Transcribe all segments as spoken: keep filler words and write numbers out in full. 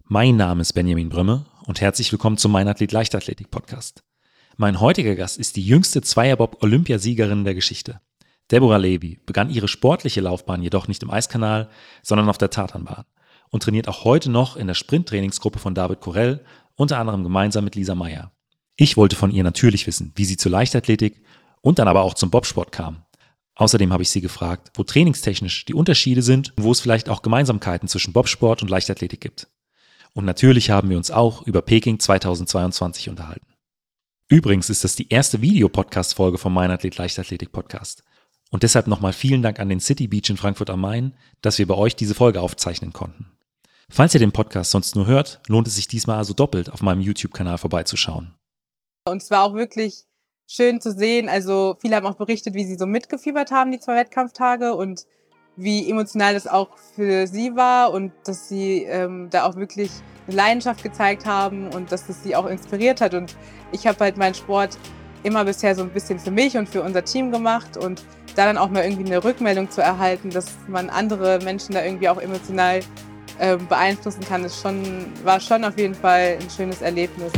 Mein Name ist Benjamin Brümme und herzlich willkommen zum Mein Athlet Leichtathletik Podcast. Mein heutiger Gast ist die jüngste Zweierbob-Olympiasiegerin der Geschichte. Deborah Levy begann ihre sportliche Laufbahn jedoch nicht im Eiskanal, sondern auf der Tatanbahn und trainiert auch heute noch in der Sprinttrainingsgruppe von David Korell, unter anderem gemeinsam mit Lisa Meyer. Ich wollte von ihr natürlich wissen, wie sie zur Leichtathletik und dann aber auch zum Bobsport kam. Außerdem habe ich sie gefragt, wo trainingstechnisch die Unterschiede sind und wo es vielleicht auch Gemeinsamkeiten zwischen Bobsport und Leichtathletik gibt. Und natürlich haben wir uns auch über Peking zweitausendzweiundzwanzig unterhalten. Übrigens ist das die erste Videopodcast-Folge vom Mein Athlet Leichtathletik Podcast. Und deshalb nochmal vielen Dank an den City Beach in Frankfurt am Main, dass wir bei euch diese Folge aufzeichnen konnten. Falls ihr den Podcast sonst nur hört, lohnt es sich diesmal also doppelt, auf meinem YouTube-Kanal vorbeizuschauen. Und es war auch wirklich schön zu sehen, also viele haben auch berichtet, wie sie so mitgefiebert haben, die zwei Wettkampftage und wie emotional das auch für sie war und dass sie ähm, da auch wirklich eine Leidenschaft gezeigt haben und dass das sie auch inspiriert hat. Und ich habe halt meinen Sport immer bisher so ein bisschen für mich und für unser Team gemacht und da dann auch mal irgendwie eine Rückmeldung zu erhalten, dass man andere Menschen da irgendwie auch emotional äh, beeinflussen kann, ist schon, war schon auf jeden Fall ein schönes Erlebnis.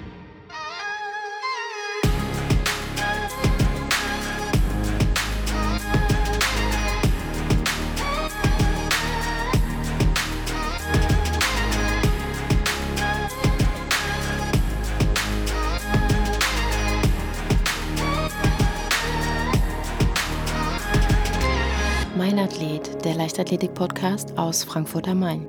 Mein Athlet, der Leichtathletik-Podcast aus Frankfurt am Main.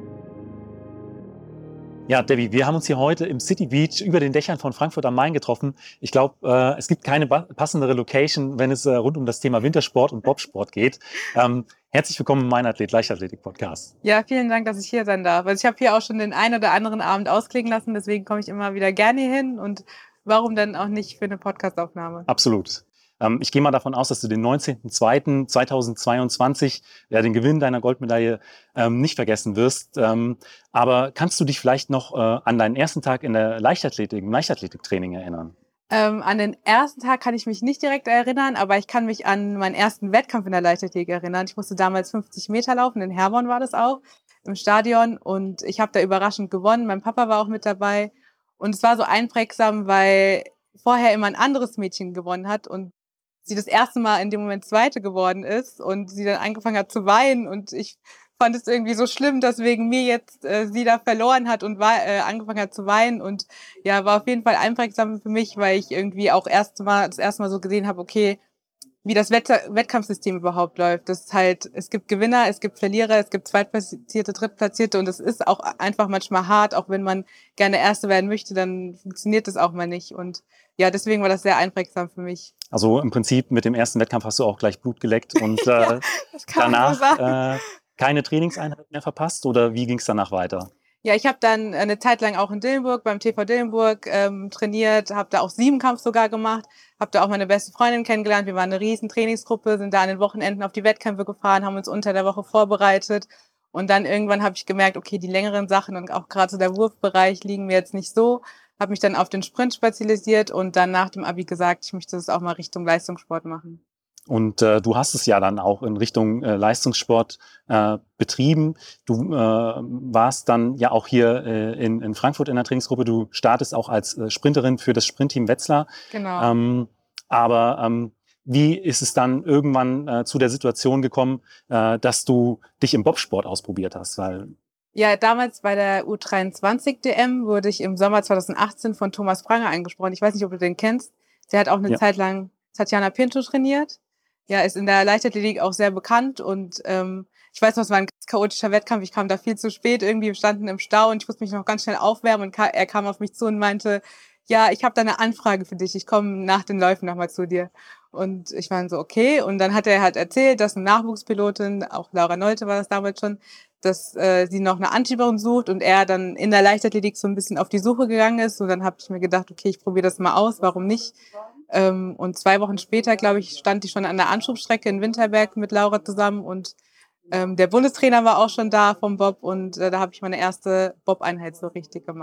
Ja, Debbie, wir haben uns hier heute im City Beach über den Dächern von Frankfurt am Main getroffen. Ich glaube, äh, es gibt keine ba- passendere Location, wenn es äh, rund um das Thema Wintersport und Bobsport geht. Ähm, herzlich willkommen im Mein Athlet Leichtathletik Podcast. Ja, vielen Dank, dass ich hier sein darf. Also ich habe hier auch schon den einen oder anderen Abend ausklingen lassen, deswegen komme ich immer wieder gerne hier hin und warum dann auch nicht für eine Podcastaufnahme? Absolut. Ähm, ich gehe mal davon aus, dass du den neunzehnten zweiten zweitausendzweiundzwanzig, ja, den Gewinn deiner Goldmedaille ähm, nicht vergessen wirst. Ähm, aber kannst du dich vielleicht noch äh, an deinen ersten Tag in der Leichtathletik, im Leichtathletiktraining erinnern? Ähm, an den ersten Tag kann ich mich nicht direkt erinnern, aber ich kann mich an meinen ersten Wettkampf in der Leichtathletik erinnern. Ich musste damals fünfzig Meter laufen, in Herborn war das auch, im Stadion und ich habe da überraschend gewonnen. Mein Papa war auch mit dabei und es war so einprägsam, weil vorher immer ein anderes Mädchen gewonnen hat und sie das erste Mal in dem Moment Zweite geworden ist und sie dann angefangen hat zu weinen und ich fand es irgendwie so schlimm, dass wegen mir jetzt äh, sie da verloren hat und war, äh, angefangen hat zu weinen und ja, war auf jeden Fall einprägsam für mich, weil ich irgendwie auch erst mal, das erste Mal so gesehen habe, okay, wie das Wetter- Wettkampfsystem überhaupt läuft. Das ist halt, es gibt Gewinner, es gibt Verlierer, es gibt Zweitplatzierte, Drittplatzierte und es ist auch einfach manchmal hart, auch wenn man gerne Erste werden möchte, dann funktioniert das auch mal nicht und ja, deswegen war das sehr einprägsam für mich. Also im Prinzip mit dem ersten Wettkampf hast du auch gleich Blut geleckt und äh, Ja, das kann man so danach sagen. äh, keine Trainingseinheit mehr verpasst oder wie ging es danach weiter? Ja, ich habe dann eine Zeit lang auch in Dillenburg beim T V Dillenburg ähm, trainiert, habe da auch Siebenkampf sogar gemacht, habe da auch meine beste Freundin kennengelernt. Wir waren eine riesen Trainingsgruppe, sind da an den Wochenenden auf die Wettkämpfe gefahren, haben uns unter der Woche vorbereitet und dann irgendwann habe ich gemerkt, okay, die längeren Sachen und auch gerade so der Wurfbereich liegen mir jetzt nicht so, habe mich dann auf den Sprint spezialisiert und dann nach dem Abi gesagt, ich möchte das auch mal Richtung Leistungssport machen. Und äh, du hast es ja dann auch in Richtung äh, Leistungssport äh, betrieben. Du äh, warst dann ja auch hier äh, in, in Frankfurt in der Trainingsgruppe. Du startest auch als äh, Sprinterin für das Sprintteam Wetzlar. Genau. Ähm, aber ähm, wie ist es dann irgendwann äh, zu der Situation gekommen, äh, dass du dich im Bobsport ausprobiert hast? Weil Ja, damals bei der U dreiundzwanzig D M wurde ich im Sommer zweitausendachtzehn von Thomas Pranger angesprochen. Ich weiß nicht, ob du den kennst. Der hat auch eine Ja. Zeit lang Tatjana Pinto trainiert. Ja, ist in der Leichtathletik auch sehr bekannt und ähm, ich weiß noch, es war ein ganz chaotischer Wettkampf. Ich kam da viel zu spät irgendwie, wir standen im Stau und ich musste mich noch ganz schnell aufwärmen und ka- er kam auf mich zu und meinte, ja, ich habe da eine Anfrage für dich, ich komme nach den Läufen nochmal zu dir. Und ich war dann so, okay. Und dann hat er halt erzählt, dass eine Nachwuchspilotin, auch Laura Nolte war das damals schon, dass äh, sie noch eine Anschieberin sucht und er dann in der Leichtathletik so ein bisschen auf die Suche gegangen ist. Und dann habe ich mir gedacht, okay, ich probiere das mal aus, warum nicht? Ähm, und zwei Wochen später, glaube ich, stand ich schon an der Anschubstrecke in Winterberg mit Laura zusammen und ähm, der Bundestrainer war auch schon da vom Bob und äh, da habe ich meine erste Bob-Einheit so richtig gemacht.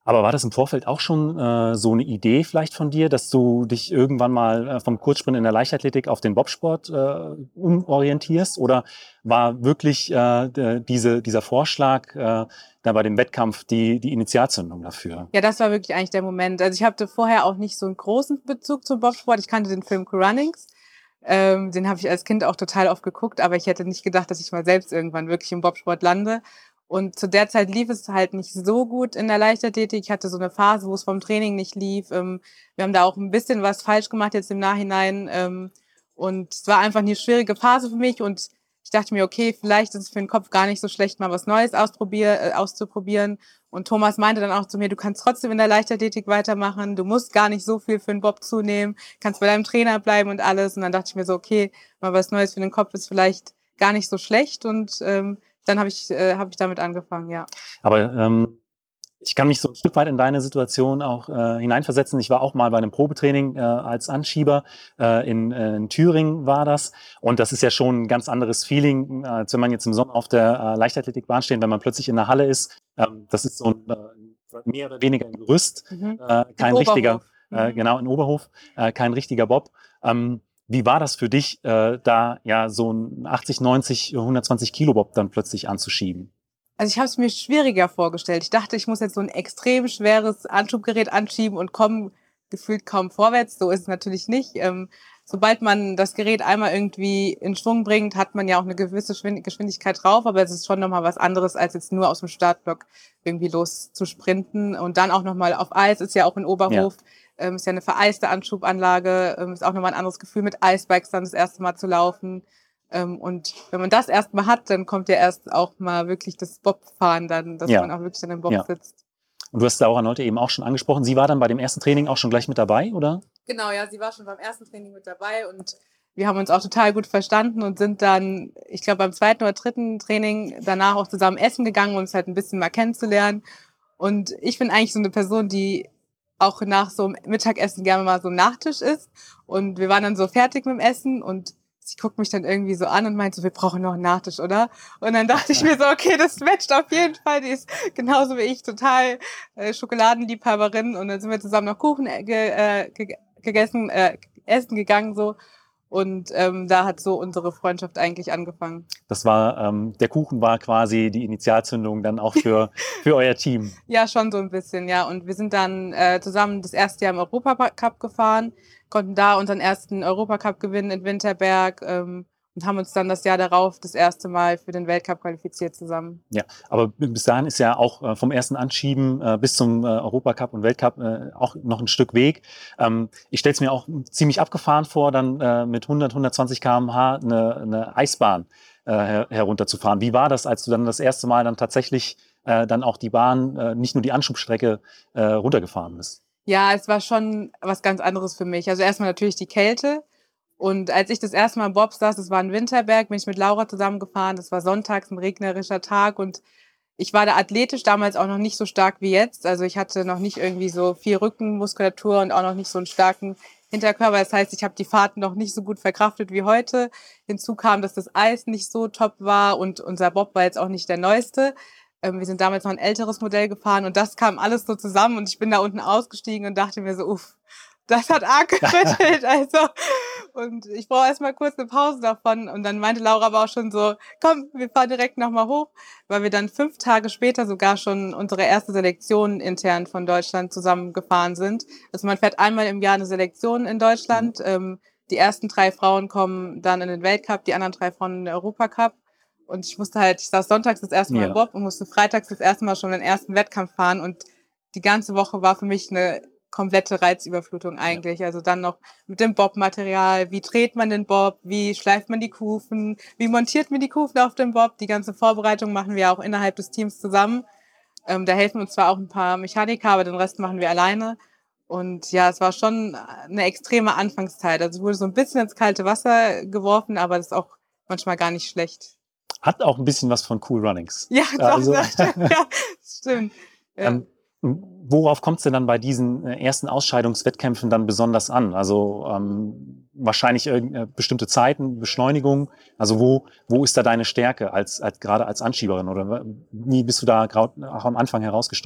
Aber war das im Vorfeld auch schon äh, so eine Idee vielleicht von dir, dass du dich irgendwann mal äh, vom Kurzsprint in der Leichtathletik auf den Bobsport äh, umorientierst? Oder war wirklich äh, d- diese, dieser Vorschlag äh, da bei dem Wettkampf die, die Initialzündung dafür? Ja, das war wirklich eigentlich der Moment. Also ich hatte vorher auch nicht so einen großen Bezug zum Bobsport. Ich kannte den Film Cool Runnings. Ähm, den habe ich als Kind auch total oft geguckt, aber ich hätte nicht gedacht, dass ich mal selbst irgendwann wirklich im Bobsport lande. Und zu der Zeit lief es halt nicht so gut in der Leichtathletik. Ich hatte so eine Phase, wo es vom Training nicht lief. Ähm, wir haben da auch ein bisschen was falsch gemacht jetzt im Nachhinein. Ähm, und es war einfach eine schwierige Phase für mich. Und ich dachte mir, okay, vielleicht ist es für den Kopf gar nicht so schlecht, mal was Neues ausprobier äh, auszuprobieren. Und Thomas meinte dann auch zu mir, du kannst trotzdem in der Leichtathletik weitermachen. Du musst gar nicht so viel für den Bob zunehmen. Kannst bei deinem Trainer bleiben und alles. Und dann dachte ich mir so, okay, mal was Neues für den Kopf ist vielleicht gar nicht so schlecht. Und ähm, dann habe ich, äh, hab ich damit angefangen, ja. Aber ähm, ich kann mich so ein Stück weit in deine Situation auch äh, hineinversetzen. Ich war auch mal bei einem Probetraining äh, als Anschieber. Äh, in, äh, in Thüringen war das. Und das ist ja schon ein ganz anderes Feeling, äh, als wenn man jetzt im Sommer auf der äh, Leichtathletikbahn steht, wenn man plötzlich in der Halle ist. Ähm, das ist so ein äh, mehr oder weniger ein Gerüst, Mhm. äh, kein Im richtiger, Oberhof. äh, Mhm. genau, in Oberhof, äh, kein richtiger Bob. Ähm, wie war das für dich, äh, da ja so ein achtzig, neunzig, hundertzwanzig Kilo Bob dann plötzlich anzuschieben? Also ich habe es mir schwieriger vorgestellt. Ich dachte, ich muss jetzt so ein extrem schweres Anschubgerät anschieben und komme gefühlt kaum vorwärts. So ist es natürlich nicht. Ähm, sobald man das Gerät einmal irgendwie in Schwung bringt, hat man ja auch eine gewisse Schwind- Geschwindigkeit drauf, aber es ist schon nochmal was anderes, als jetzt nur aus dem Startblock irgendwie los zu sprinten. Und dann auch nochmal auf Eis, ist ja auch in Ja. Oberhof, ähm, ist ja eine vereiste Anschubanlage, ähm, ist auch nochmal ein anderes Gefühl, mit Eisbikes dann das erste Mal zu laufen. Ähm, und wenn man das erstmal hat, dann kommt ja erst auch mal wirklich das Bobfahren dann, dass man Ja, auch wirklich an dem Bob ja. sitzt. Und du hast Laura Nolte eben auch schon angesprochen. Sie war dann bei dem ersten Training auch schon gleich mit dabei, oder? Genau, ja, sie war schon beim ersten Training mit dabei und wir haben uns auch total gut verstanden und sind dann, ich glaube, beim zweiten oder dritten Training danach auch zusammen essen gegangen, um uns halt ein bisschen mal kennenzulernen. Und ich bin eigentlich so eine Person, die auch nach so einem Mittagessen gerne mal so ein Nachtisch isst. Und wir waren dann so fertig mit dem Essen und sie guckt mich dann irgendwie so an und meint so, wir brauchen noch einen Nachtisch, oder? Und dann dachte ich mir so, okay, das matcht auf jeden Fall. Die ist genauso wie ich total äh, Schokoladenliebhaberin. Und dann sind wir zusammen noch Kuchen äh, ge, äh, ge, gegessen, äh, essen gegangen so. Und ähm, da hat so unsere Freundschaft eigentlich angefangen. Das war, ähm, der Kuchen war quasi die Initialzündung dann auch für, für euer Team. Ja, schon so ein bisschen, ja. Und wir sind dann äh, zusammen das erste Jahr im Europacup gefahren, konnten da unseren ersten Europacup gewinnen in Winterberg ähm, und haben uns dann das Jahr darauf das erste Mal für den Weltcup qualifiziert zusammen. Ja, aber bis dahin ist ja auch äh, vom ersten Anschieben äh, bis zum äh, Europacup und Weltcup äh, auch noch ein Stück Weg. Ähm, ich stelle es mir auch ziemlich abgefahren vor, dann äh, mit hundert, hundertzwanzig Kilometer pro Stunde eine, eine Eisbahn äh, her herunterzufahren. Wie war das, als du dann das erste Mal dann tatsächlich äh, dann auch die Bahn, äh, nicht nur die Anschubstrecke äh, runtergefahren bist? Ja, es war schon was ganz anderes für mich. Also erstmal natürlich die Kälte. Und als ich das erste Mal im Bob saß, das war in Winterberg, bin ich mit Laura zusammengefahren. Das war sonntags ein regnerischer Tag und ich war da athletisch damals auch noch nicht so stark wie jetzt. Also ich hatte noch nicht irgendwie so viel Rückenmuskulatur und auch noch nicht so einen starken Hinterkörper. Das heißt, ich habe die Fahrten noch nicht so gut verkraftet wie heute. Hinzu kam, dass das Eis nicht so top war und unser Bob war jetzt auch nicht der neueste. Ähm, wir sind damals noch ein älteres Modell gefahren und das kam alles so zusammen und ich bin da unten ausgestiegen und dachte mir so, uff, das hat arg gerüttelt, also. Und ich brauche erstmal kurz eine Pause davon. Und dann meinte Laura aber auch schon so, komm, wir fahren direkt nochmal hoch, weil wir dann fünf Tage später sogar schon unsere erste Selektion intern von Deutschland zusammengefahren sind. Also man fährt einmal im Jahr eine Selektion in Deutschland. Ähm, die ersten drei Frauen kommen dann in den Weltcup, die anderen drei Frauen in den Europacup. Und ich musste halt, ich saß sonntags das erste Mal Ja. im Bob und musste freitags das erste Mal schon den ersten Wettkampf fahren. Und die ganze Woche war für mich eine komplette Reizüberflutung eigentlich. Also dann noch mit dem Bob-Material, wie dreht man den Bob, wie schleift man die Kufen, wie montiert man die Kufen auf dem Bob. Die ganze Vorbereitung machen wir auch innerhalb des Teams zusammen. Ähm, da helfen uns zwar auch ein paar Mechaniker, aber den Rest machen wir alleine. Und ja, es war schon eine extreme Anfangszeit. Also es wurde so ein bisschen ins kalte Wasser geworfen, aber das ist auch manchmal gar nicht schlecht. Hat auch ein bisschen was von Cool Runnings. Ja, doch, Also, das stimmt. Ja, das stimmt. Ja. ähm, worauf kommt es denn dann bei diesen äh, ersten Ausscheidungswettkämpfen dann besonders an? Also ähm, wahrscheinlich irgendeine bestimmte Zeiten, Beschleunigung. Also wo wo ist da deine Stärke als als gerade als Anschieberin oder wie bist du da grad, auch am Anfang herausgestochen?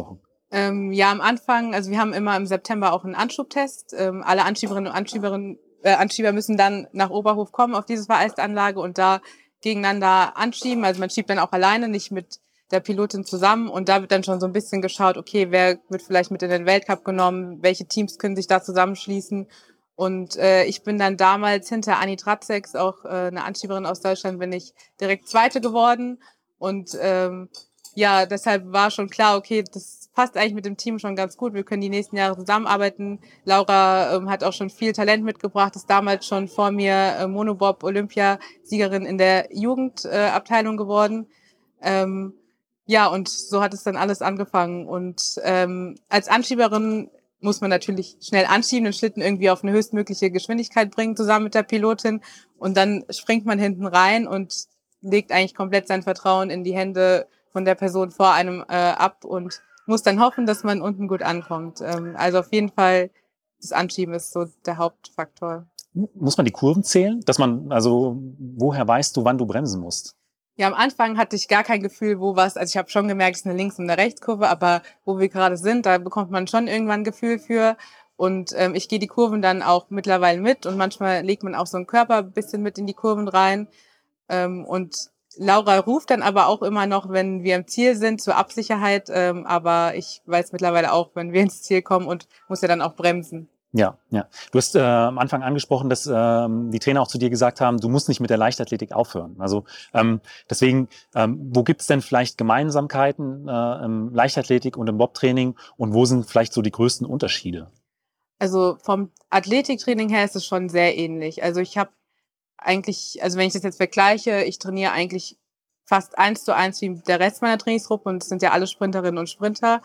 Ähm, ja, am Anfang, also wir haben immer im September auch einen Anschubtest. Ähm, alle Anschieberinnen und Anschieberinnen, äh, Anschieber müssen dann nach Oberhof kommen auf diese Vereistanlage und da gegeneinander anschieben. Also man schiebt dann auch alleine, nicht mit der Pilotin zusammen. Und da wird dann schon so ein bisschen geschaut, okay, wer wird vielleicht mit in den Weltcup genommen, welche Teams können sich da zusammenschließen. Und äh, ich bin dann damals hinter Anni Tratzeks, auch äh, eine Anschieberin aus Deutschland, bin ich direkt Zweite geworden. Und ähm, ja, deshalb war schon klar, okay, das passt eigentlich mit dem Team schon ganz gut. Wir können die nächsten Jahre zusammenarbeiten. Laura ähm, hat auch schon viel Talent mitgebracht, ist damals schon vor mir äh, Monobob-Olympiasiegerin in der Jugendabteilung äh, geworden. Ähm, ja, und so hat es dann alles angefangen. Und ähm, als Anschieberin muss man natürlich schnell anschieben, den Schlitten irgendwie auf eine höchstmögliche Geschwindigkeit bringen, zusammen mit der Pilotin. Und dann springt man hinten rein und legt eigentlich komplett sein Vertrauen in die Hände von der Person vor einem äh, ab und muss dann hoffen, dass man unten gut ankommt. Ähm, also auf jeden Fall, das Anschieben ist so der Hauptfaktor. Muss man die Kurven zählen? Dass man, also woher weißt du, wann du bremsen musst? Ja, am Anfang hatte ich gar kein Gefühl, wo was, also ich habe schon gemerkt, es ist eine Links- und eine Rechtskurve, aber wo wir gerade sind, da bekommt man schon irgendwann ein Gefühl für. Und ähm, ich gehe die Kurven dann auch mittlerweile mit und manchmal legt man auch so einen Körper ein bisschen mit in die Kurven rein. Ähm, und Laura ruft dann aber auch immer noch, wenn wir im Ziel sind, zur Absicherheit. Ähm, aber ich weiß mittlerweile auch, wenn wir ins Ziel kommen und muss ja dann auch bremsen. Ja, ja. Du hast äh, am Anfang angesprochen, dass ähm, die Trainer auch zu dir gesagt haben, du musst nicht mit der Leichtathletik aufhören. Also ähm, deswegen, ähm, wo gibt es denn vielleicht Gemeinsamkeiten äh, im Leichtathletik und im Bobtraining und wo sind vielleicht so die größten Unterschiede? Also vom Athletiktraining her ist es schon sehr ähnlich. Also ich habe eigentlich, also wenn ich das jetzt vergleiche, ich trainiere eigentlich fast eins zu eins wie der Rest meiner Trainingsgruppe und es sind ja alle Sprinterinnen und Sprinter.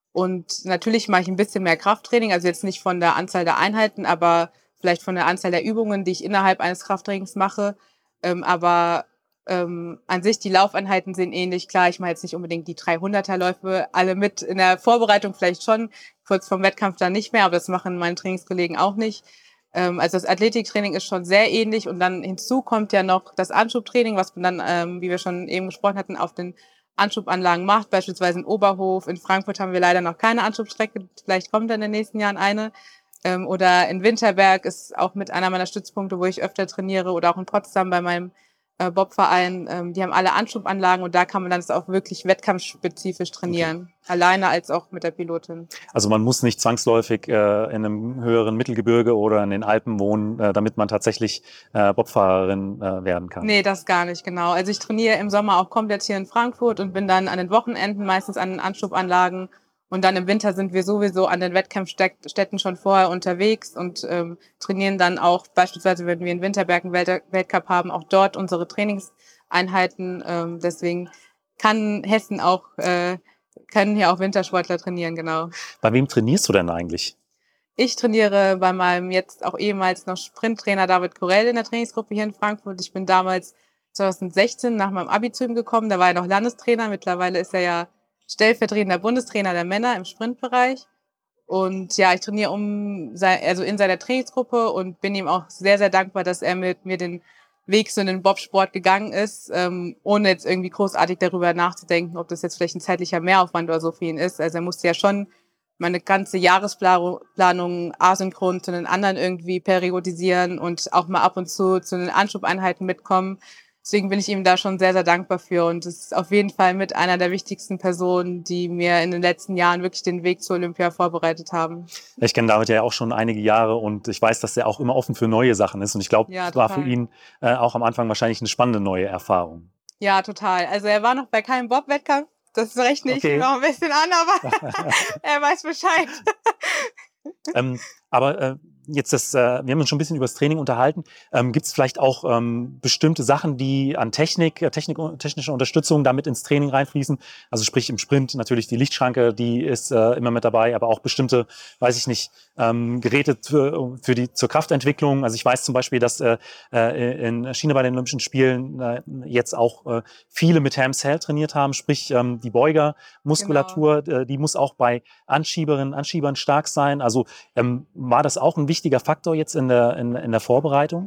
Und natürlich mache ich ein bisschen mehr Krafttraining, also jetzt nicht von der Anzahl der Einheiten, aber vielleicht von der Anzahl der Übungen, die ich innerhalb eines Krafttrainings mache. Ähm, aber ähm, an sich, die Laufeinheiten sind ähnlich. Klar, ich mache jetzt nicht unbedingt die dreihunderter-Läufe alle mit. In der Vorbereitung vielleicht schon, kurz vorm Wettkampf dann nicht mehr, aber das machen meine Trainingskollegen auch nicht. Ähm, also das Athletiktraining ist schon sehr ähnlich und dann hinzu kommt ja noch das Anschubtraining, was man dann, ähm, wie wir schon eben gesprochen hatten, auf den Anschubanlagen macht, beispielsweise in Oberhof. In Frankfurt haben wir leider noch keine Anschubstrecke, vielleicht kommt dann in den nächsten Jahren eine. Ähm, oder in Winterberg ist auch mit einer meiner Stützpunkte, wo ich öfter trainiere, oder auch in Potsdam bei meinem äh, Bobverein. Ähm, die haben alle Anschubanlagen und da kann man dann das auch wirklich wettkampfspezifisch trainieren, okay. Alleine als auch mit der Pilotin. Also man muss nicht zwangsläufig äh, in einem höheren Mittelgebirge oder in den Alpen wohnen, äh, damit man tatsächlich äh, Bobfahrerin äh, werden kann. Nee, das gar nicht, genau. Also ich trainiere im Sommer auch komplett hier in Frankfurt und bin dann an den Wochenenden meistens an den Anschubanlagen. Und dann im Winter sind wir sowieso an den Wettkampfstätten schon vorher unterwegs und ähm, trainieren dann auch beispielsweise, wenn wir in Winterberg einen Welt- Weltcup haben, auch dort unsere Trainingseinheiten. Ähm, deswegen kann Hessen auch, äh, können hier auch Wintersportler trainieren, genau. Bei wem trainierst du denn eigentlich? Ich trainiere bei meinem jetzt auch ehemals noch Sprinttrainer David Korell in der Trainingsgruppe hier in Frankfurt. Ich bin damals zwanzig sechzehn nach meinem Abi zu ihm gekommen. Da war er noch Landestrainer. Mittlerweile ist er ja stellvertretender Bundestrainer der Männer im Sprintbereich. Und ja, ich trainiere um sein, also in seiner Trainingsgruppe und bin ihm auch sehr, sehr dankbar, dass er mit mir den Weg so in den Bobsport gegangen ist, ähm, ohne jetzt irgendwie großartig darüber nachzudenken, ob das jetzt vielleicht ein zeitlicher Mehraufwand oder so für ihn ist. Also er musste ja schon meine ganze Jahresplanung asynchron zu den anderen irgendwie periodisieren und auch mal ab und zu zu den Anschubeinheiten mitkommen. Deswegen bin ich ihm da schon sehr, sehr dankbar für. Und es ist auf jeden Fall mit einer der wichtigsten Personen, die mir in den letzten Jahren wirklich den Weg zur Olympia vorbereitet haben. Ich kenne David ja auch schon einige Jahre und ich weiß, dass er auch immer offen für neue Sachen ist. Und ich glaube, ja, es war für ihn äh, auch am Anfang wahrscheinlich eine spannende neue Erfahrung. Ja, total. Also er war noch bei keinem Bob-Wettkampf. Das rechne ich okay. noch ein bisschen an, aber er weiß Bescheid. ähm, aber äh, jetzt das, äh, wir haben uns schon ein bisschen über das Training unterhalten. Ähm, Gibt es vielleicht auch ähm, bestimmte Sachen, die an Technik, äh, Technik, technische Unterstützung damit ins Training reinfließen? Also sprich im Sprint natürlich die Lichtschranke, die ist äh, immer mit dabei, aber auch bestimmte, weiß ich nicht, ähm, Geräte für, für die zur Kraftentwicklung. Also ich weiß zum Beispiel, dass äh, in China bei den Olympischen Spielen äh, jetzt auch äh, viele mit Ham-Cell trainiert haben, sprich ähm, die Beugermuskulatur, genau. äh, die muss auch bei Anschieberinnen, Anschiebern stark sein. Also ähm, war das auch ein wichtiger Faktor jetzt in der, in, in der Vorbereitung?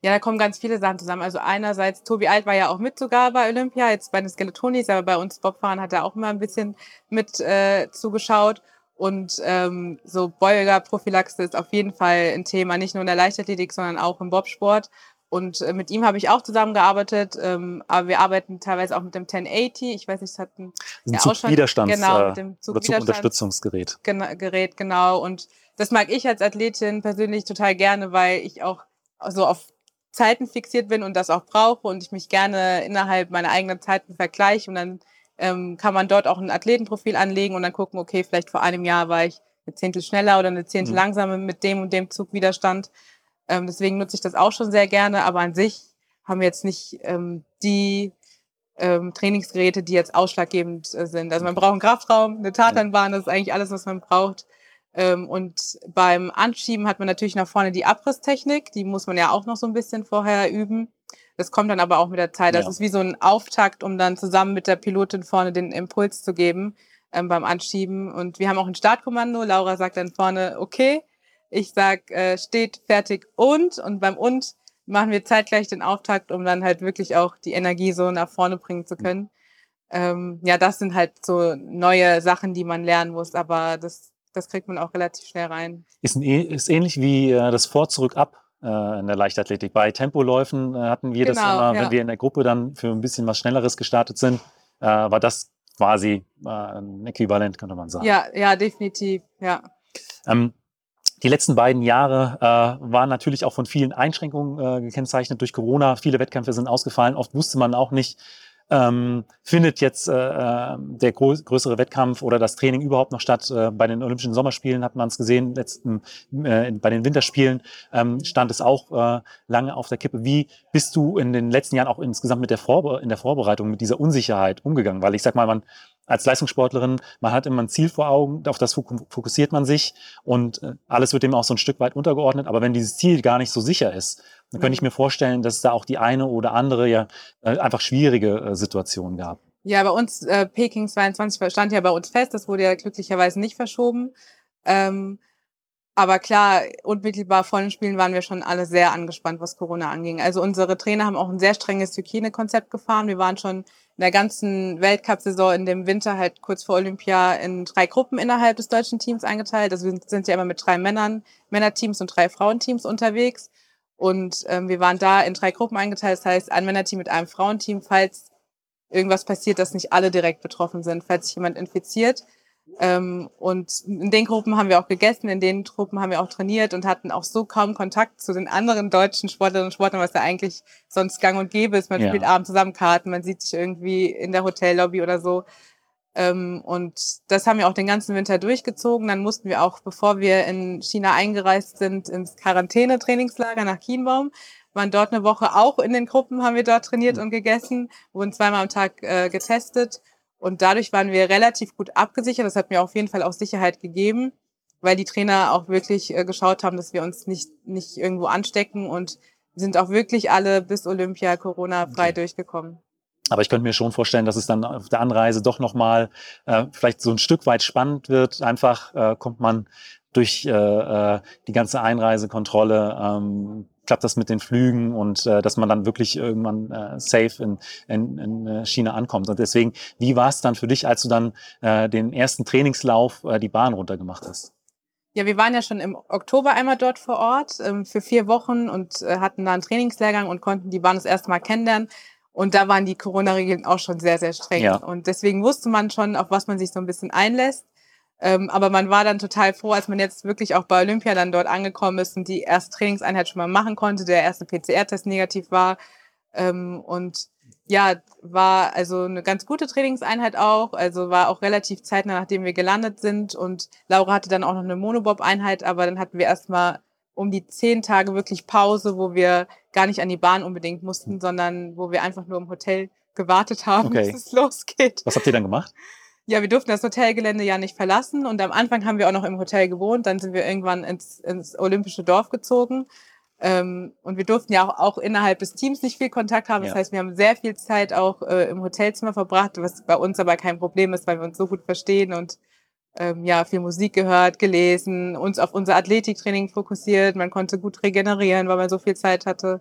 Ja, da kommen ganz viele Sachen zusammen. Also einerseits, Tobi Alt war ja auch mit sogar bei Olympia, jetzt bei den Skeletonis, aber bei uns Bobfahren hat er auch immer ein bisschen mit äh, zugeschaut. Und ähm, so Beuger-Prophylaxe ist auf jeden Fall ein Thema, nicht nur in der Leichtathletik, sondern auch im Bobsport. Und äh, mit ihm habe ich auch zusammengearbeitet, ähm, aber wir arbeiten teilweise auch mit dem zehn achtzig. Ich weiß nicht, das hat ein, Ein ja auch schon Zugwiderstands- genau äh, mit dem oder Zugwiderstand Zugunterstützungsgerät. Gena- Gerät, genau. Und das mag ich als Athletin persönlich total gerne, weil ich auch so auf Zeiten fixiert bin und das auch brauche und ich mich gerne innerhalb meiner eigenen Zeiten vergleiche und dann ähm, kann man dort auch ein Athletenprofil anlegen und dann gucken, okay, vielleicht vor einem Jahr war ich eine Zehntel schneller oder eine Zehntel Mhm. langsamer mit dem und dem Zugwiderstand. Ähm, deswegen nutze ich das auch schon sehr gerne, aber an sich haben wir jetzt nicht ähm, die ähm, Trainingsgeräte, die jetzt ausschlaggebend äh, sind. Also man braucht einen Kraftraum, eine Tatanbahn, das ist eigentlich alles, was man braucht. Ähm, und beim Anschieben hat man natürlich nach vorne die Abrisstechnik, die muss man ja auch noch so ein bisschen vorher üben. Das kommt dann aber auch mit der Zeit. Das Ja. ist wie so ein Auftakt, um dann zusammen mit der Pilotin vorne den Impuls zu geben ähm, beim Anschieben. Und wir haben auch ein Startkommando. Laura sagt dann vorne, okay. Ich sag, äh, steht, fertig und. Und beim und machen wir zeitgleich den Auftakt, um dann halt wirklich auch die Energie so nach vorne bringen zu können. Ähm, ja, das sind halt so neue Sachen, die man lernen muss, aber das das kriegt man auch relativ schnell rein. Ist, ein, ist ähnlich wie äh, das Vor-, Zurück-Ab äh, in der Leichtathletik. Bei Tempoläufen äh, hatten wir das Genau, immer, ja. wenn wir in der Gruppe dann für ein bisschen was Schnelleres gestartet sind, äh, war das quasi äh, ein Äquivalent, könnte man sagen. Ja, ja, definitiv, ja. Ähm, die letzten beiden Jahre äh, waren natürlich auch von vielen Einschränkungen äh, gekennzeichnet durch Corona. Viele Wettkämpfe sind ausgefallen. Oft wusste man auch nicht, Ähm, findet jetzt äh, der groß, größere Wettkampf oder das Training überhaupt noch statt. Äh, bei den Olympischen Sommerspielen hat man es gesehen, letzten, äh, bei den Winterspielen ähm, stand es auch äh, lange auf der Kippe. Wie bist du in den letzten Jahren auch insgesamt mit der Vorbe- in der Vorbereitung mit dieser Unsicherheit umgegangen? Weil ich sag mal, man als Leistungssportlerin, man hat immer ein Ziel vor Augen, auf das fokussiert man sich und äh, alles wird dem auch so ein Stück weit untergeordnet. Aber wenn dieses Ziel gar nicht so sicher ist, dann könnte ich mir vorstellen, dass es da auch die eine oder andere ja äh, einfach schwierige äh, Situation gab. Ja, bei uns, äh, Peking zweiundzwanzig stand ja bei uns fest, das wurde ja glücklicherweise nicht verschoben. Ähm, aber klar, unmittelbar vor den Spielen waren wir schon alle sehr angespannt, was Corona anging. Also unsere Trainer haben auch ein sehr strenges Hygienekonzept gefahren. Wir waren schon in der ganzen Weltcup-Saison in dem Winter halt kurz vor Olympia in drei Gruppen innerhalb des deutschen Teams eingeteilt. Also wir sind ja immer mit drei Männern, Männerteams und drei Frauenteams unterwegs. Und ähm, wir waren da in drei Gruppen eingeteilt. Das heißt, ein Männerteam mit einem Frauenteam, falls irgendwas passiert, dass nicht alle direkt betroffen sind, falls sich jemand infiziert. Ähm, und in den Gruppen haben wir auch gegessen, in den Gruppen haben wir auch trainiert und hatten auch so kaum Kontakt zu den anderen deutschen Sportlerinnen und Sportlern, was ja eigentlich sonst gang und gäbe ist. Man Ja. spielt abends zusammen Karten, man sieht sich irgendwie in der Hotellobby oder so. Ähm, und das haben wir auch den ganzen Winter durchgezogen. Dann mussten wir auch, bevor wir in China eingereist sind, ins Quarantäne-Trainingslager nach Kienbaum. Waren dort eine Woche auch in den Gruppen, haben wir dort trainiert und gegessen, wurden zweimal am Tag äh, getestet. Und dadurch waren wir relativ gut abgesichert. Das hat mir auf jeden Fall auch Sicherheit gegeben, weil die Trainer auch wirklich äh, geschaut haben, dass wir uns nicht, nicht irgendwo anstecken und sind auch wirklich alle bis Olympia Corona-frei Okay. durchgekommen. Aber ich könnte mir schon vorstellen, dass es dann auf der Anreise doch nochmal äh, vielleicht so ein Stück weit spannend wird. Einfach äh, kommt man durch äh, äh, die ganze Einreisekontrolle, ähm, klappt das mit den Flügen und äh, dass man dann wirklich irgendwann äh, safe in, in, in China ankommt. Und deswegen, wie war es dann für dich, als du dann äh, den ersten Trainingslauf äh, die Bahn runtergemacht hast? Ja, wir waren ja schon im Oktober einmal dort vor Ort ähm, für vier Wochen und äh, hatten da einen Trainingslehrgang und konnten die Bahn das erste Mal kennenlernen. Und da waren die Corona-Regeln auch schon sehr, sehr streng. Ja. Und deswegen wusste man schon, auf was man sich so ein bisschen einlässt. Ähm, aber man war dann total froh, als man jetzt wirklich auch bei Olympia dann dort angekommen ist und die erste Trainingseinheit schon mal machen konnte, der erste P C R-Test negativ war. Ähm, und ja, war also eine ganz gute Trainingseinheit auch. Also war auch relativ zeitnah, nachdem wir gelandet sind. Und Laura hatte dann auch noch eine Monobob-Einheit, aber dann hatten wir erstmal um die zehn Tage wirklich Pause, wo wir gar nicht an die Bahn unbedingt mussten, sondern wo wir einfach nur im Hotel gewartet haben, Okay. bis es losgeht. Was habt ihr dann gemacht? Ja, wir durften das Hotelgelände ja nicht verlassen und am Anfang haben wir auch noch im Hotel gewohnt, dann sind wir irgendwann ins, ins olympische Dorf gezogen. Ähm, und wir durften ja auch, auch innerhalb des Teams nicht viel Kontakt haben. Das Ja. heißt, wir haben sehr viel Zeit auch äh, im Hotelzimmer verbracht, was bei uns aber kein Problem ist, weil wir uns so gut verstehen und ähm, ja, viel Musik gehört, gelesen, uns auf unser Athletiktraining fokussiert. Man konnte gut regenerieren, weil man so viel Zeit hatte.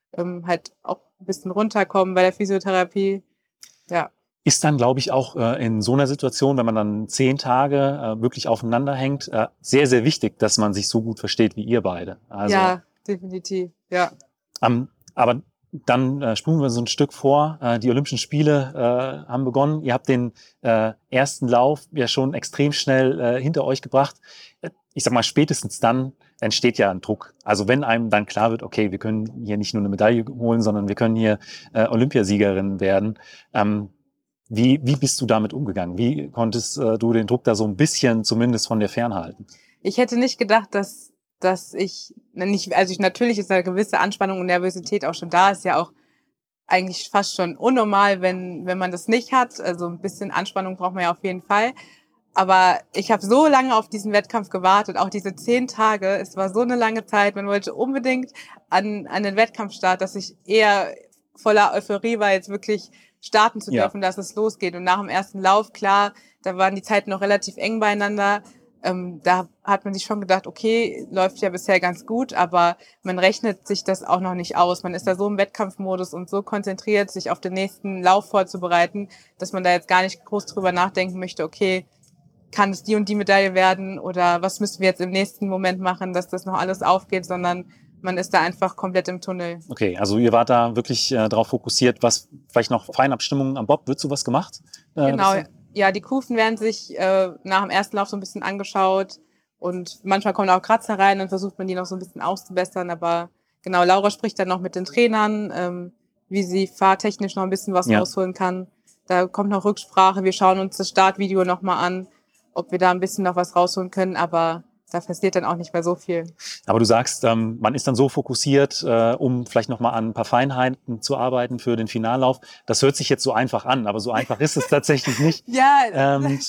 ähm, halt auch ein bisschen runterkommen bei der Physiotherapie. Ja. Ist dann, glaube ich, auch äh, in so einer Situation, wenn man dann zehn Tage äh, wirklich aufeinander hängt, äh, sehr, sehr wichtig, dass man sich so gut versteht wie ihr beide. Also, Ja, definitiv, ja. ähm, aber dann äh, spulen wir so ein Stück vor. Äh, die Olympischen Spiele äh, haben begonnen. Ihr habt den äh, ersten Lauf ja schon extrem schnell äh, hinter euch gebracht. Ich sag mal, spätestens dann entsteht ja ein Druck. Also wenn einem dann klar wird, okay, wir können hier nicht nur eine Medaille holen, sondern wir können hier äh, Olympiasiegerin werden. Ähm, wie, wie bist du damit umgegangen? Wie konntest äh, du den Druck da so ein bisschen zumindest von dir fernhalten? Ich hätte nicht gedacht, dass, dass ich, nicht, also ich, natürlich ist eine gewisse Anspannung und Nervosität auch schon da, ist ja auch eigentlich fast schon unnormal, wenn, wenn man das nicht hat. Also ein bisschen Anspannung braucht man ja auf jeden Fall. Aber ich habe so lange auf diesen Wettkampf gewartet, auch diese zehn Tage. Es war so eine lange Zeit. Man wollte unbedingt an, an den Wettkampfstart, dass ich eher voller Euphorie war, jetzt wirklich starten zu dürfen, ja. Dass es losgeht. Und nach dem ersten Lauf, klar, da waren die Zeiten noch relativ eng beieinander. Ähm, da hat man sich schon gedacht, okay, läuft ja bisher ganz gut, aber man rechnet sich das auch noch nicht aus. Man ist da so im Wettkampfmodus und so konzentriert, sich auf den nächsten Lauf vorzubereiten, dass man da jetzt gar nicht groß drüber nachdenken möchte, okay, kann es die und die Medaille werden oder was müssen wir jetzt im nächsten Moment machen, dass das noch alles aufgeht, sondern man ist da einfach komplett im Tunnel. Okay, also ihr wart da wirklich äh, darauf fokussiert, was vielleicht noch Feinabstimmungen am Bob, wird sowas gemacht? Äh, genau, ja, die Kufen werden sich äh, nach dem ersten Lauf so ein bisschen angeschaut und manchmal kommen auch Kratzer rein, dann versucht man die noch so ein bisschen auszubessern, aber genau, Laura spricht dann noch mit den Trainern, ähm, wie sie fahrtechnisch noch ein bisschen was ja. rausholen kann. Da kommt noch Rücksprache, wir schauen uns das Startvideo nochmal an, ob wir da ein bisschen noch was rausholen können, aber da passiert dann auch nicht mehr so viel. Aber du sagst, ähm, man ist dann so fokussiert, äh, um vielleicht nochmal an ein paar Feinheiten zu arbeiten für den Finallauf. Das hört sich jetzt so einfach an, aber so einfach ist es tatsächlich nicht. Ja, ähm,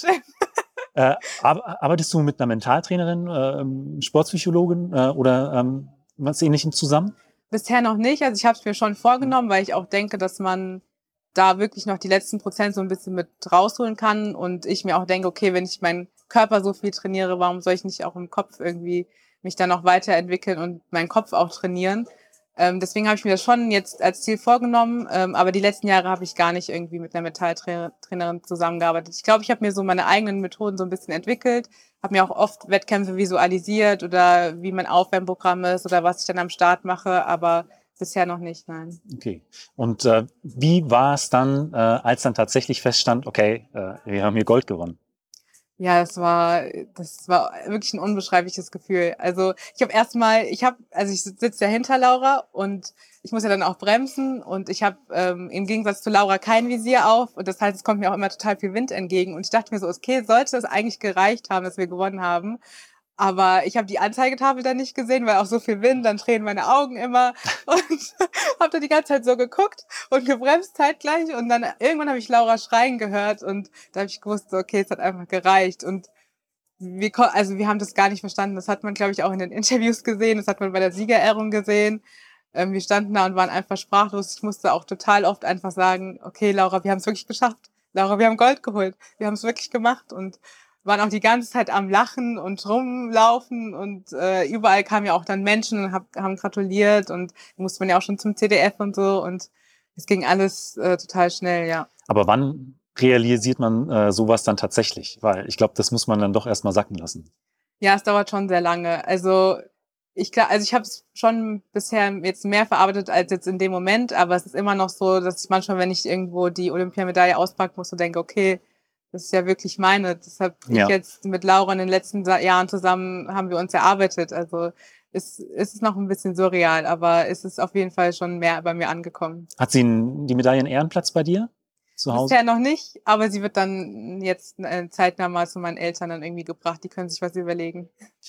äh, arbeitest du mit einer Mentaltrainerin, äh, Sportpsychologin äh, oder ähm, was Ähnlichem zusammen? Bisher noch nicht. Also ich habe es mir schon vorgenommen, weil ich auch denke, dass man da wirklich noch die letzten Prozent so ein bisschen mit rausholen kann und ich mir auch denke, okay, wenn ich meinen Körper so viel trainiere, warum soll ich nicht auch im Kopf irgendwie mich dann noch weiterentwickeln und meinen Kopf auch trainieren? Ähm, deswegen habe ich mir das schon jetzt als Ziel vorgenommen, ähm, aber die letzten Jahre habe ich gar nicht irgendwie mit einer Metalltrainerin zusammengearbeitet. Ich glaube, ich habe mir so meine eigenen Methoden so ein bisschen entwickelt, habe mir auch oft Wettkämpfe visualisiert oder wie mein Aufwärmprogramm ist oder was ich dann am Start mache, aber bisher noch nicht, nein. Okay. Und äh, wie war es dann, äh, als dann tatsächlich feststand, okay, äh, wir haben hier Gold gewonnen? Ja, das war, das war wirklich ein unbeschreibliches Gefühl. Also ich habe erstmal, ich habe, also ich sitze ja hinter Laura und ich muss ja dann auch bremsen und ich habe ähm, im Gegensatz zu Laura kein Visier auf und das heißt, es kommt mir auch immer total viel Wind entgegen und ich dachte mir so, okay, sollte das eigentlich gereicht haben, dass wir gewonnen haben? Aber ich habe die Anzeigetafel dann nicht gesehen, weil auch so viel Wind, dann tränen meine Augen immer und habe da die ganze Zeit so geguckt und gebremst zeitgleich und dann irgendwann habe ich Laura schreien gehört und da habe ich gewusst, so, okay, es hat einfach gereicht und wir, also wir haben das gar nicht verstanden. Das hat man, glaube ich, auch in den Interviews gesehen, das hat man bei der Siegerehrung gesehen. Ähm, wir standen da und waren einfach sprachlos. Ich musste auch total oft einfach sagen, okay, Laura, wir haben es wirklich geschafft. Laura, wir haben Gold geholt. Wir haben es wirklich gemacht und waren auch die ganze Zeit am Lachen und rumlaufen und äh, überall kamen ja auch dann Menschen und hab, haben gratuliert und musste man ja auch schon zum C D F und so und es ging alles äh, total schnell, ja. Aber wann realisiert man äh, sowas dann tatsächlich? Weil ich glaube, das muss man dann doch erstmal sacken lassen. Ja, es dauert schon sehr lange. Also ich also ich habe es schon bisher jetzt mehr verarbeitet als jetzt in dem Moment, aber es ist immer noch so, dass ich manchmal, wenn ich irgendwo die Olympiamedaille auspacken muss, so denke, okay, das ist ja wirklich meine. Das habe ja. ich jetzt mit Laura in den letzten Jahren zusammen, haben wir uns erarbeitet. Also es, es ist noch ein bisschen surreal, aber es ist auf jeden Fall schon mehr bei mir angekommen. Hat sie die Medaille einen Ehrenplatz bei dir zu Hause? Bisher noch nicht, aber sie wird dann jetzt zeitnah mal zu meinen Eltern dann irgendwie gebracht. Die können sich was überlegen.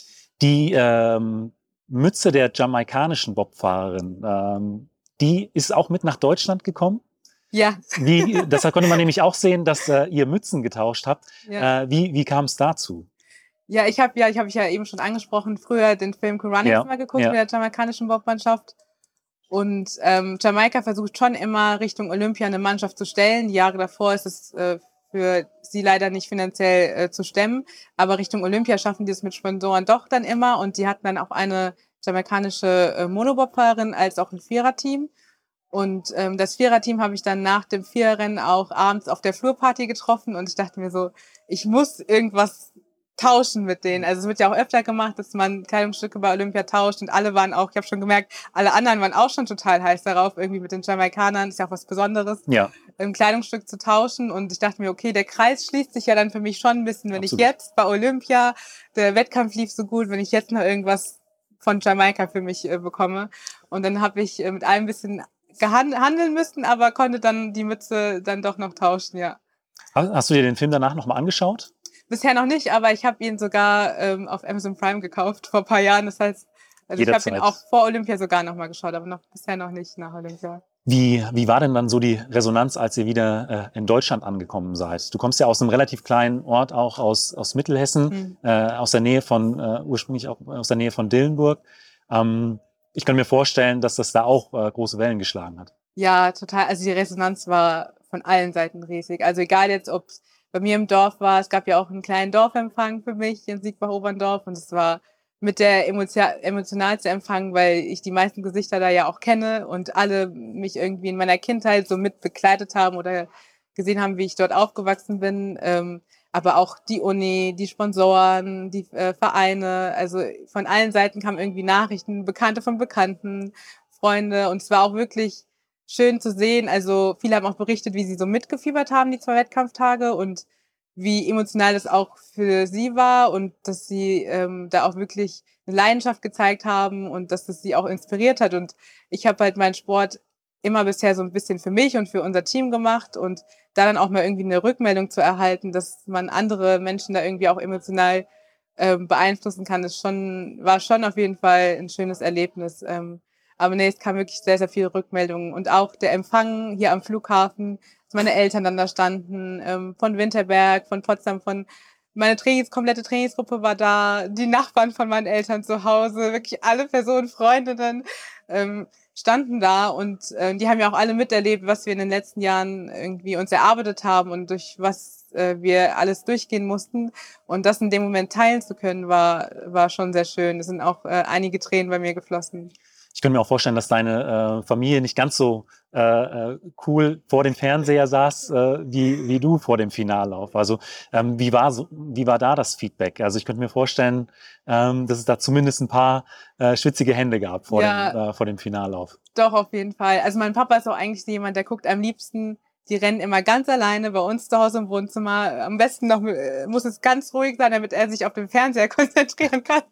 Die ähm, Mütze der jamaikanischen Bobfahrerin, ähm, die ist auch mit nach Deutschland gekommen? Ja. Wie, das konnte man nämlich auch sehen, dass äh, ihr Mützen getauscht habt. Ja. Äh, wie wie kam es dazu? Ja, ich habe ja, ich habe ich ja eben schon angesprochen, früher den Film Cool Runnings ja. mal geguckt ja. mit der jamaikanischen Bobmannschaft. Und ähm, Jamaika versucht schon immer Richtung Olympia eine Mannschaft zu stellen. Die Jahre davor ist es äh, für sie leider nicht finanziell äh, zu stemmen. Aber Richtung Olympia schaffen die es mit Sponsoren doch dann immer. Und die hatten dann auch eine jamaikanische äh, Monobobfahrerin als auch ein Viererteam. Und ähm, das Viererteam habe ich dann nach dem Viererrennen auch abends auf der Flurparty getroffen und ich dachte mir so, ich muss irgendwas tauschen mit denen. Also es wird ja auch öfter gemacht, dass man Kleidungsstücke bei Olympia tauscht und alle waren auch, ich habe schon gemerkt, alle anderen waren auch schon total heiß darauf, irgendwie mit den Jamaikanern, ist ja auch was Besonderes, Ja. ein Kleidungsstück zu tauschen und ich dachte mir, okay, der Kreis schließt sich ja dann für mich schon ein bisschen, wenn Absolut. ich jetzt bei Olympia, der Wettkampf lief so gut, wenn ich jetzt noch irgendwas von Jamaika für mich äh, bekomme. Und dann habe ich äh, mit allem ein bisschen gehandeln müssen, aber konnte dann die Mütze dann doch noch tauschen, ja. Hast du dir den Film danach nochmal angeschaut? Bisher noch nicht, aber ich habe ihn sogar ähm, auf Amazon Prime gekauft vor ein paar Jahren. Das heißt, also ich habe ihn auch vor Olympia sogar nochmal geschaut, aber noch bisher noch nicht nach Olympia. Wie, wie war denn dann so die Resonanz, als ihr wieder äh, in Deutschland angekommen seid? Du kommst ja aus einem relativ kleinen Ort, auch aus, aus Mittelhessen, Mhm. äh, aus der Nähe von, äh, ursprünglich auch aus der Nähe von Dillenburg. Ähm, ich kann mir vorstellen, dass das da auch äh, große Wellen geschlagen hat. Ja, total. Also die Resonanz war von allen Seiten riesig. Also egal jetzt, ob es bei mir im Dorf war, es gab ja auch einen kleinen Dorfempfang für mich in Siegbach-Oberndorf und es war mit der emotio- emotionalste Empfang, weil ich die meisten Gesichter da ja auch kenne und alle mich irgendwie in meiner Kindheit so mit begleitet haben oder gesehen haben, wie ich dort aufgewachsen bin. Ähm, aber auch die Uni, die Sponsoren, die äh, Vereine, also von allen Seiten kamen irgendwie Nachrichten, Bekannte von Bekannten, Freunde und es war auch wirklich schön zu sehen. Also viele haben auch berichtet, wie sie so mitgefiebert haben, die zwei Wettkampftage und wie emotional das auch für sie war und dass sie ähm, da auch wirklich eine Leidenschaft gezeigt haben und dass das sie auch inspiriert hat. Und ich habe halt meinen Sport immer bisher so ein bisschen für mich und für unser Team gemacht und da dann auch mal irgendwie eine Rückmeldung zu erhalten, dass man andere Menschen da irgendwie auch emotional ähm, beeinflussen kann, ist schon, war schon auf jeden Fall ein schönes Erlebnis. Ähm, aber nee, es kam wirklich sehr, sehr viele Rückmeldungen. Und auch der Empfang hier am Flughafen, dass meine Eltern dann da standen, ähm, von Winterberg, von Potsdam, von meine Trainings, komplette Trainingsgruppe war da, die Nachbarn von meinen Eltern zu Hause, wirklich alle Personen, Freundinnen, ähm, standen da und äh, die haben ja auch alle miterlebt, was wir in den letzten Jahren irgendwie uns erarbeitet haben und durch was äh, wir alles durchgehen mussten. Und das in dem Moment teilen zu können, war, war schon sehr schön. Es sind auch äh, einige Tränen bei mir geflossen. Ich könnte mir auch vorstellen, dass deine äh, Familie nicht ganz so äh, cool vor dem Fernseher saß, äh, wie, wie du vor dem Finallauf. Also ähm, wie war so, wie war da das Feedback? Also ich könnte mir vorstellen, ähm, dass es da zumindest ein paar äh, schwitzige Hände gab vor, Ja, dem, äh, vor dem Finallauf. Doch, auf jeden Fall. Also mein Papa ist auch eigentlich jemand, der guckt am liebsten die Rennen immer ganz alleine bei uns zu Hause im Wohnzimmer. Am besten noch äh, muss es ganz ruhig sein, damit er sich auf den Fernseher konzentrieren kann.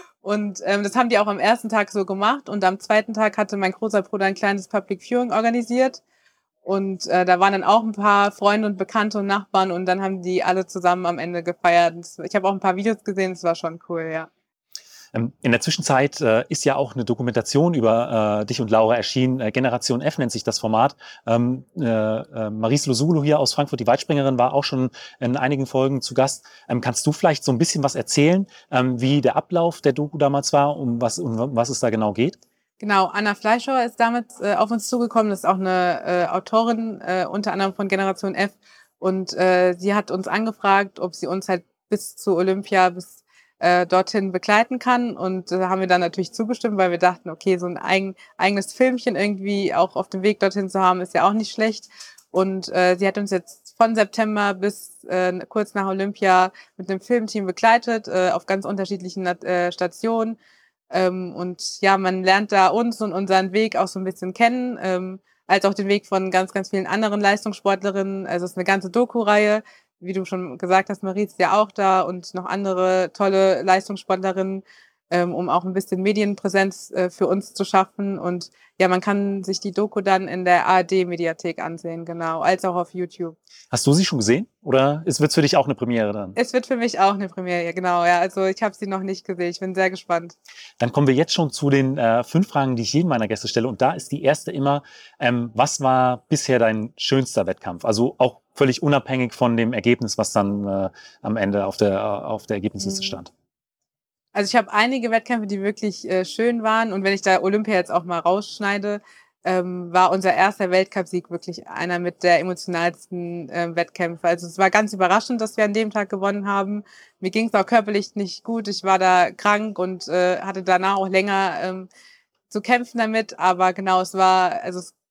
Und ähm, das haben die auch am ersten Tag so gemacht. Und am zweiten Tag hatte mein großer Bruder ein kleines Public Viewing organisiert. Und äh, da waren dann auch ein paar Freunde und Bekannte und Nachbarn. Und dann haben die alle zusammen am Ende gefeiert. Ich habe auch ein paar Videos gesehen, das war schon cool, ja. Ähm, in der Zwischenzeit äh, ist ja auch eine Dokumentation über äh, dich und Laura erschienen. Äh, Generation F nennt sich das Format. Ähm, äh, äh, Maries Losulu hier aus Frankfurt, die Weitspringerin, war auch schon in einigen Folgen zu Gast. Ähm, kannst du vielleicht so ein bisschen was erzählen, ähm, wie der Ablauf der Doku damals war, um was, um was es da genau geht? Genau, Anna Fleischhauer ist damit äh, auf uns zugekommen. Das ist auch eine äh, Autorin, äh, unter anderem von Generation F. Und äh, sie hat uns angefragt, ob sie uns halt bis zu Olympia, bis äh, dorthin begleiten kann. Und da äh, haben wir dann natürlich zugestimmt, weil wir dachten, okay, so ein eigen, eigenes Filmchen irgendwie auch auf dem Weg dorthin zu haben, ist ja auch nicht schlecht. Und äh, sie hat uns jetzt von September bis äh, kurz nach Olympia mit einem Filmteam begleitet, äh, auf ganz unterschiedlichen äh, Stationen. Ähm, und ja, man lernt da uns und unseren Weg auch so ein bisschen kennen, ähm, als auch den Weg von ganz, ganz vielen anderen Leistungssportlerinnen. Also es ist eine ganze Doku-Reihe. Wie du schon gesagt hast, Marie ist ja auch da und noch andere tolle Leistungssportlerinnen, ähm, um auch ein bisschen Medienpräsenz äh, für uns zu schaffen. Und ja, man kann sich die Doku dann in der A R D-Mediathek ansehen, genau, als auch auf YouTube. Hast du sie schon gesehen? Oder wird es für dich auch eine Premiere dann? Es wird für mich auch eine Premiere, genau, ja. Also ich habe sie noch nicht gesehen. Ich bin sehr gespannt. Dann kommen wir jetzt schon zu den äh, fünf Fragen, die ich jedem meiner Gäste stelle. Und da ist die erste immer, ähm, was war bisher dein schönster Wettkampf? Also auch völlig unabhängig von dem Ergebnis, was dann äh, am Ende auf der, auf der Ergebnisliste stand. Also ich habe einige Wettkämpfe, die wirklich äh, schön waren. Und wenn ich da Olympia jetzt auch mal rausschneide, ähm, war unser erster Weltcupsieg wirklich einer mit der emotionalsten äh, Wettkämpfe. Also es war ganz überraschend, dass wir an dem Tag gewonnen haben. Mir ging es auch körperlich nicht gut. Ich war da krank und äh, hatte danach auch länger ähm, zu kämpfen damit. Aber genau, es war, also es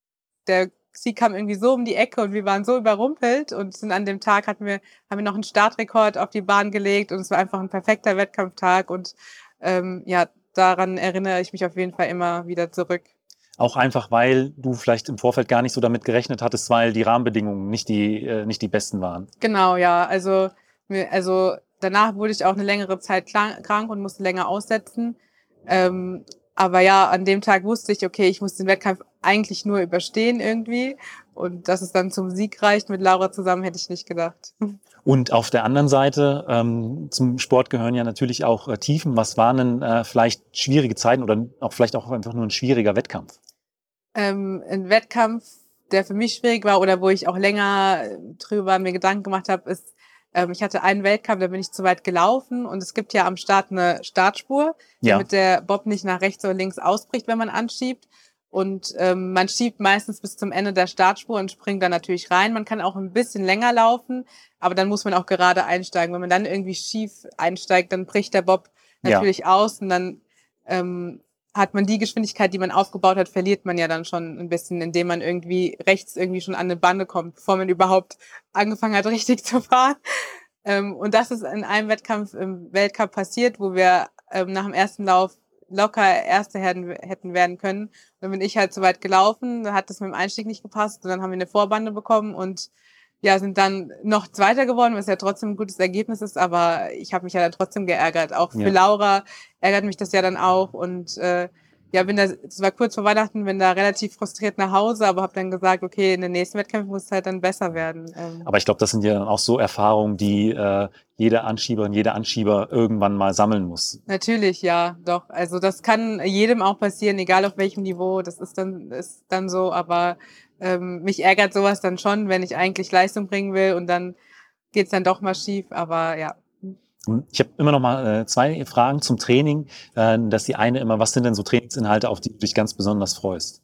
der Sieg kam irgendwie so um die Ecke und wir waren so überrumpelt und sind an dem Tag hatten wir, haben wir noch einen Startrekord auf die Bahn gelegt und es war einfach ein perfekter Wettkampftag und ähm, ja, daran erinnere ich mich auf jeden Fall immer wieder zurück. Auch einfach, weil du vielleicht im Vorfeld gar nicht so damit gerechnet hattest, weil die Rahmenbedingungen nicht die, äh, nicht die besten waren. Genau, ja. Also, mir, also danach wurde ich auch eine längere Zeit krank und musste länger aussetzen. Ähm, aber ja, an dem Tag wusste ich, okay, ich muss den Wettkampf eigentlich nur überstehen irgendwie. Und dass es dann zum Sieg reicht mit Laura zusammen, hätte ich nicht gedacht. Und auf der anderen Seite, ähm, zum Sport gehören ja natürlich auch äh, Tiefen. Was waren denn äh, vielleicht schwierige Zeiten oder auch vielleicht auch einfach nur ein schwieriger Wettkampf? Ähm, ein Wettkampf, der für mich schwierig war oder wo ich auch länger drüber mir Gedanken gemacht habe, ist, ähm, ich hatte einen Wettkampf, da bin ich zu weit gelaufen und es gibt ja am Start eine Startspur, Ja. damit der Bob nicht nach rechts oder links ausbricht, wenn man anschiebt. Und ähm, man schiebt meistens bis zum Ende der Startspur und springt dann natürlich rein. Man kann auch ein bisschen länger laufen, aber dann muss man auch gerade einsteigen. Wenn man dann irgendwie schief einsteigt, dann bricht der Bob natürlich ja. aus und dann ähm, hat man die Geschwindigkeit, die man aufgebaut hat, verliert man ja dann schon ein bisschen, indem man irgendwie rechts irgendwie schon an eine Bande kommt, bevor man überhaupt angefangen hat, richtig zu fahren. Ähm, und das ist in einem Wettkampf im Weltcup passiert, wo wir ähm, nach dem ersten Lauf locker Erste hätten, hätten werden können. Und dann bin ich halt so weit gelaufen, da hat das mit dem Einstieg nicht gepasst und dann haben wir eine Vorbande bekommen und ja, sind dann noch Zweiter geworden, was ja trotzdem ein gutes Ergebnis ist, aber ich habe mich ja dann trotzdem geärgert. Auch für ja. Laura ärgert mich das ja dann auch und äh, ja, bin da, es war kurz vor Weihnachten, bin da relativ frustriert nach Hause, aber habe dann gesagt, okay, in den nächsten Wettkämpfen muss es halt dann besser werden. Ähm. Aber ich glaube, das sind ja dann auch so Erfahrungen, die äh, jede Anschieberin, jeder Anschieber irgendwann mal sammeln muss. Natürlich, ja, doch. Also das kann jedem auch passieren, egal auf welchem Niveau. Das ist dann ist dann so, aber ähm, mich ärgert sowas dann schon, wenn ich eigentlich Leistung bringen will und dann geht's dann doch mal schief. Aber ja. Ich habe immer noch mal äh, zwei Fragen zum Training. Äh, dass die eine immer, was sind denn so Trainingsinhalte, auf die du dich ganz besonders freust?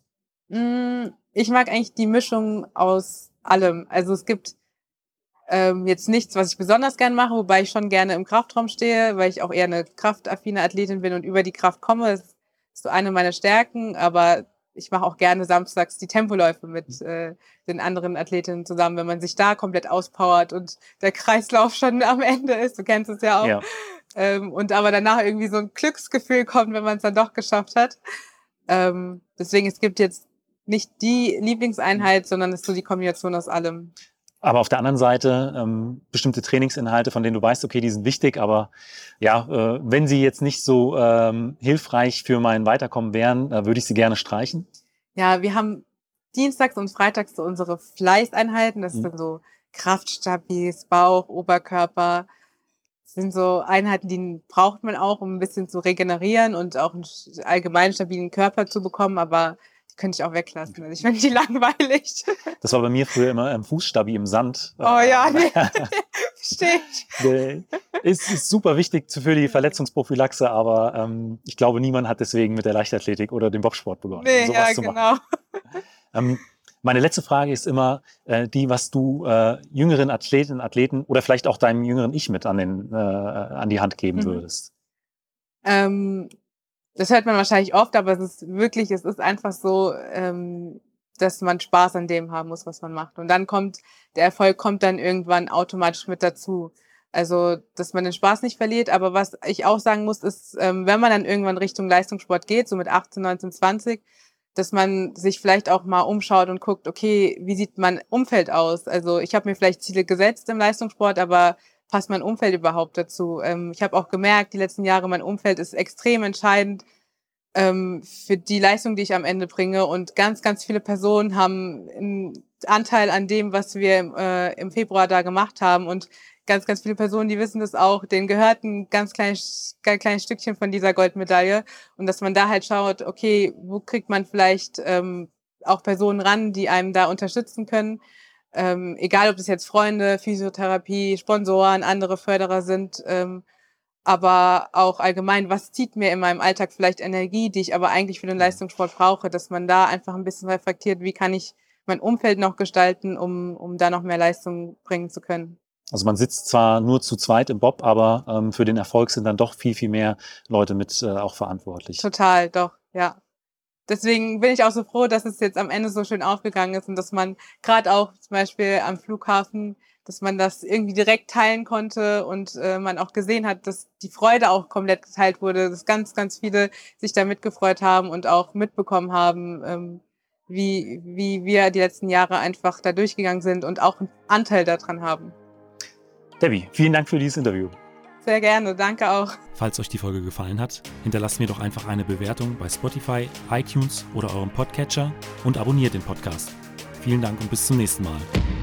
Ich mag eigentlich die Mischung aus allem. Also es gibt ähm, jetzt nichts, was ich besonders gern mache, wobei ich schon gerne im Kraftraum stehe, weil ich auch eher eine kraftaffine Athletin bin und über die Kraft komme. Das ist so eine meiner Stärken, aber ich mache auch gerne samstags die Tempoläufe mit äh, den anderen Athletinnen zusammen, wenn man sich da komplett auspowert und der Kreislauf schon am Ende ist. Du kennst es ja auch. Ja. Ähm, und aber danach irgendwie so ein Glücksgefühl kommt, wenn man es dann doch geschafft hat. Ähm, deswegen, es gibt jetzt nicht die Lieblingseinheit, sondern es ist so die Kombination aus allem. Aber auf der anderen Seite ähm, bestimmte Trainingsinhalte, von denen du weißt, okay, die sind wichtig, aber ja, äh, wenn sie jetzt nicht so ähm, hilfreich für mein Weiterkommen wären, äh, würde ich sie gerne streichen. Ja, wir haben dienstags und freitags so unsere Fleißeinheiten. Das mhm. sind so Kraftstabis, Bauch, Oberkörper. Das sind so Einheiten, die braucht man auch, um ein bisschen zu regenerieren und auch einen allgemein stabilen Körper zu bekommen, aber könnte ich auch weglassen. Also ich finde die langweilig. Das war bei mir früher immer ein Fußstabi im Sand. Oh ja, nee. Verstehe. Ist, ist super wichtig für die Verletzungsprophylaxe, aber ähm, ich glaube, niemand hat deswegen mit der Leichtathletik oder dem Bobsport begonnen. Nee, sowas ja, zu genau. Machen. Ähm, meine letzte Frage ist immer äh, die, was du äh, jüngeren Athletinnen, Athleten oder vielleicht auch deinem jüngeren Ich mit an, den, äh, an die Hand geben mhm. würdest. Ähm, Das hört man wahrscheinlich oft, aber es ist wirklich, es ist einfach so, ähm, dass man Spaß an dem haben muss, was man macht. Und dann kommt, der Erfolg kommt dann irgendwann automatisch mit dazu. Also, dass man den Spaß nicht verliert. Aber was ich auch sagen muss, ist, ähm, wenn man dann irgendwann Richtung Leistungssport geht, so mit achtzehn, neunzehn, zwanzig, dass man sich vielleicht auch mal umschaut und guckt, okay, wie sieht mein Umfeld aus? Also, ich habe mir vielleicht Ziele gesetzt im Leistungssport, aber passt mein Umfeld überhaupt dazu? Ähm, ich habe auch gemerkt, die letzten Jahre, mein Umfeld ist extrem entscheidend ähm, für die Leistung, die ich am Ende bringe. Und ganz, ganz viele Personen haben einen Anteil an dem, was wir äh, im Februar da gemacht haben. Und ganz, ganz viele Personen, die wissen das auch, denen gehört ein ganz kleines, ganz kleines Stückchen von dieser Goldmedaille. Und dass man da halt schaut, okay, wo kriegt man vielleicht ähm, auch Personen ran, die einem da unterstützen können. Ähm, egal, ob das jetzt Freunde, Physiotherapie, Sponsoren, andere Förderer sind, ähm, aber auch allgemein, was zieht mir in meinem Alltag vielleicht Energie, die ich aber eigentlich für den Leistungssport brauche, dass man da einfach ein bisschen reflektiert, wie kann ich mein Umfeld noch gestalten, um, um da noch mehr Leistung bringen zu können. Also man sitzt zwar nur zu zweit im Bob, aber ähm, für den Erfolg sind dann doch viel, viel mehr Leute mit äh, auch verantwortlich. Total, doch, ja. deswegen bin ich auch so froh, dass es jetzt am Ende so schön aufgegangen ist und dass man gerade auch zum Beispiel am Flughafen, dass man das irgendwie direkt teilen konnte und äh, man auch gesehen hat, dass die Freude auch komplett geteilt wurde, dass ganz, ganz viele sich da mitgefreut haben und auch mitbekommen haben, ähm, wie, wie wir die letzten Jahre einfach da durchgegangen sind und auch einen Anteil daran haben. Debbie, vielen Dank für dieses Interview. Sehr gerne, danke auch. Falls euch die Folge gefallen hat, hinterlasst mir doch einfach eine Bewertung bei Spotify, iTunes oder eurem Podcatcher und abonniert den Podcast. Vielen Dank und bis zum nächsten Mal.